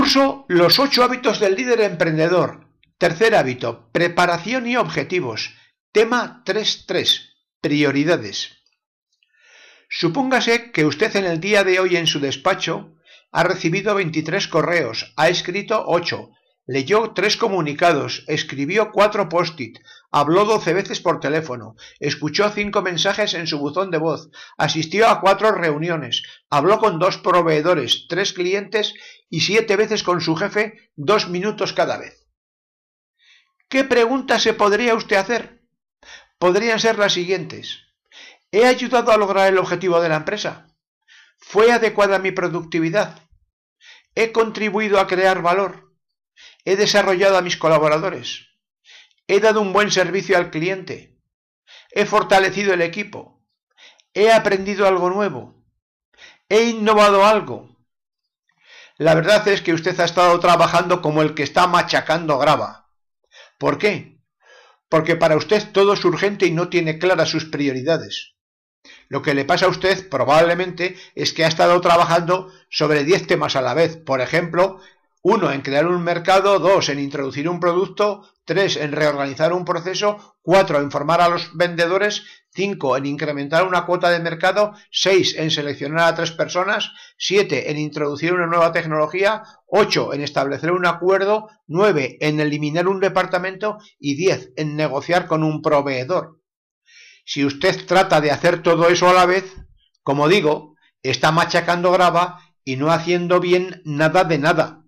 Curso Los 8 hábitos del líder emprendedor. Tercer hábito, preparación y objetivos. Tema 3.3, prioridades. Supóngase que usted en el día de hoy en su despacho ha recibido 23 correos, ha escrito 8, leyó 3 comunicados, escribió 4 post-it, habló 12 veces por teléfono, escuchó 5 mensajes en su buzón de voz, asistió a 4 reuniones, habló con 2 proveedores, 3 clientes y 7 veces con su jefe, 2 minutos cada vez. ¿Qué preguntas se podría usted hacer? Podrían ser las siguientes. ¿He ayudado a lograr el objetivo de la empresa? ¿Fue adecuada mi productividad? ¿He contribuido a crear valor? ¿He desarrollado a mis colaboradores? ¿He dado un buen servicio al cliente? ¿He fortalecido el equipo? ¿He aprendido algo nuevo? ¿He innovado algo? La verdad es que usted ha estado trabajando como el que está machacando grava. ¿Por qué? Porque para usted todo es urgente y no tiene claras sus prioridades. Lo que le pasa a usted probablemente es que ha estado trabajando sobre 10 temas a la vez. Por ejemplo, 1 en crear un mercado, 2 en introducir un producto, 3 en reorganizar un proceso, 4 en formar a los vendedores, 5 en incrementar una cuota de mercado, 6 en seleccionar a 3 personas, 7 en introducir una nueva tecnología, 8 en establecer un acuerdo, 9 en eliminar un departamento y 10 en negociar con un proveedor. Si usted trata de hacer todo eso a la vez, como digo, está machacando grava y no haciendo bien nada de nada.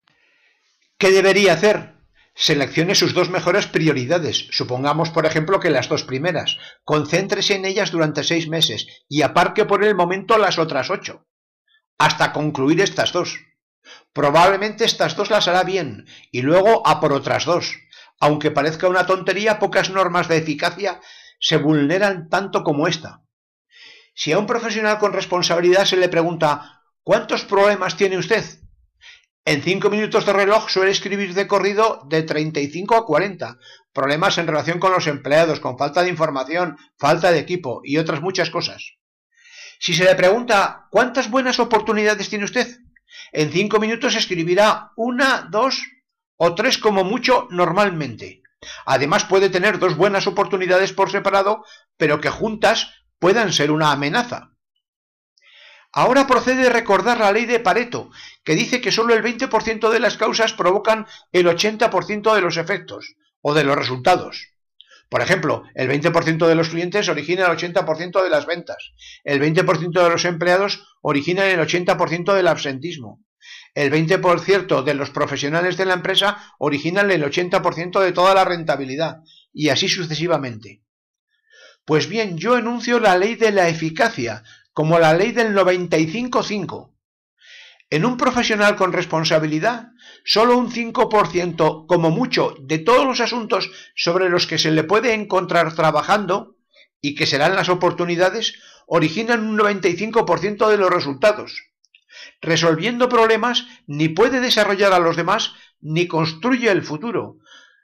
¿Qué debería hacer? Seleccione sus 2 mejores prioridades. Supongamos, por ejemplo, que las 2 primeras. Concéntrese en ellas durante 6 meses y aparque por el momento las otras 8, hasta concluir estas 2. Probablemente estas 2 las hará bien y luego a por otras 2. Aunque parezca una tontería, pocas normas de eficacia se vulneran tanto como esta. Si a un profesional con responsabilidad se le pregunta ¿cuántos problemas tiene usted? En 5 minutos de reloj suele escribir de corrido de 35 a 40. Problemas en relación con los empleados, con falta de información, falta de equipo y otras muchas cosas. Si se le pregunta ¿cuántas buenas oportunidades tiene usted? En 5 minutos escribirá 1, 2 o 3 como mucho normalmente. Además puede tener 2 buenas oportunidades por separado, pero que juntas puedan ser una amenaza. Ahora procede a recordar la ley de Pareto, que dice que solo el 20% de las causas provocan el 80% de los efectos o de los resultados. Por ejemplo, el 20% de los clientes origina el 80% de las ventas, el 20% de los empleados origina el 80% del absentismo, el 20% de los profesionales de la empresa originan el 80% de toda la rentabilidad, y así sucesivamente. Pues bien, yo enuncio la ley de la eficacia, como la ley del 95-5. En un profesional con responsabilidad, solo un 5%, como mucho, de todos los asuntos sobre los que se le puede encontrar trabajando, y que serán las oportunidades, originan un 95% de los resultados. Resolviendo problemas, ni puede desarrollar a los demás, ni construye el futuro.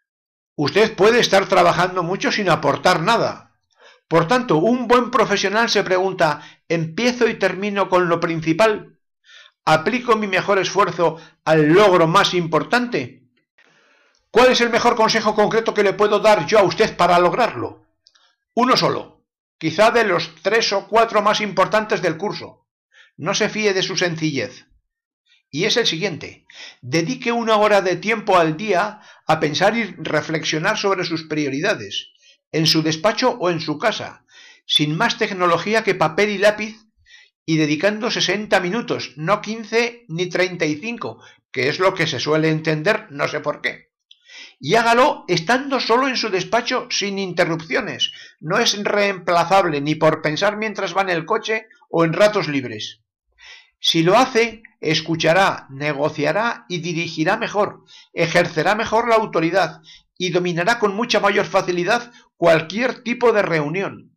Usted puede estar trabajando mucho sin aportar nada. Por tanto, un buen profesional se pregunta, ¿empiezo y termino con lo principal? ¿Aplico mi mejor esfuerzo al logro más importante? ¿Cuál es el mejor consejo concreto que le puedo dar yo a usted para lograrlo? Uno solo, quizá de los 3 o 4 más importantes del curso. No se fíe de su sencillez. Y es el siguiente: dedique 1 hora de tiempo al día a pensar y reflexionar sobre sus prioridades, en su despacho o en su casa, sin más tecnología que papel y lápiz, y dedicando 60 minutos, no 15 ni 35, que es lo que se suele entender, no sé por qué. Y hágalo estando solo en su despacho sin interrupciones. No es reemplazable ni por pensar mientras va en el coche o en ratos libres. Si lo hace, escuchará, negociará y dirigirá mejor, ejercerá mejor la autoridad y dominará con mucha mayor facilidad cualquier tipo de reunión.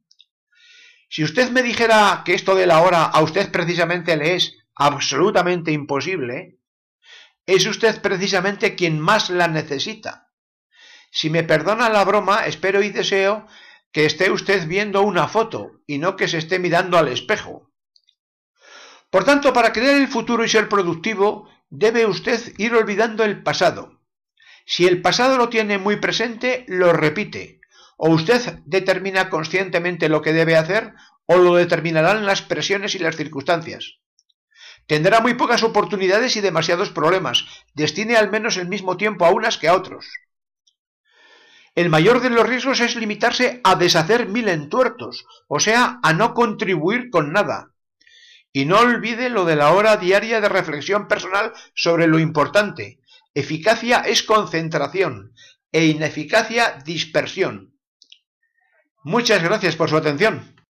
Si usted me dijera que esto de la hora a usted precisamente le es absolutamente imposible, es usted precisamente quien más la necesita. Si me perdona la broma, espero y deseo que esté usted viendo una foto y no que se esté mirando al espejo. Por tanto, para crear el futuro y ser productivo, debe usted ir olvidando el pasado. Si el pasado lo tiene muy presente, lo repite. O usted determina conscientemente lo que debe hacer, o lo determinarán las presiones y las circunstancias. Tendrá muy pocas oportunidades y demasiados problemas. Destine al menos el mismo tiempo a unas que a otros. El mayor de los riesgos es limitarse a deshacer mil entuertos, o sea, a no contribuir con nada. Y no olvide lo de la hora diaria de reflexión personal sobre lo importante. Eficacia es concentración e ineficacia dispersión. Muchas gracias por su atención.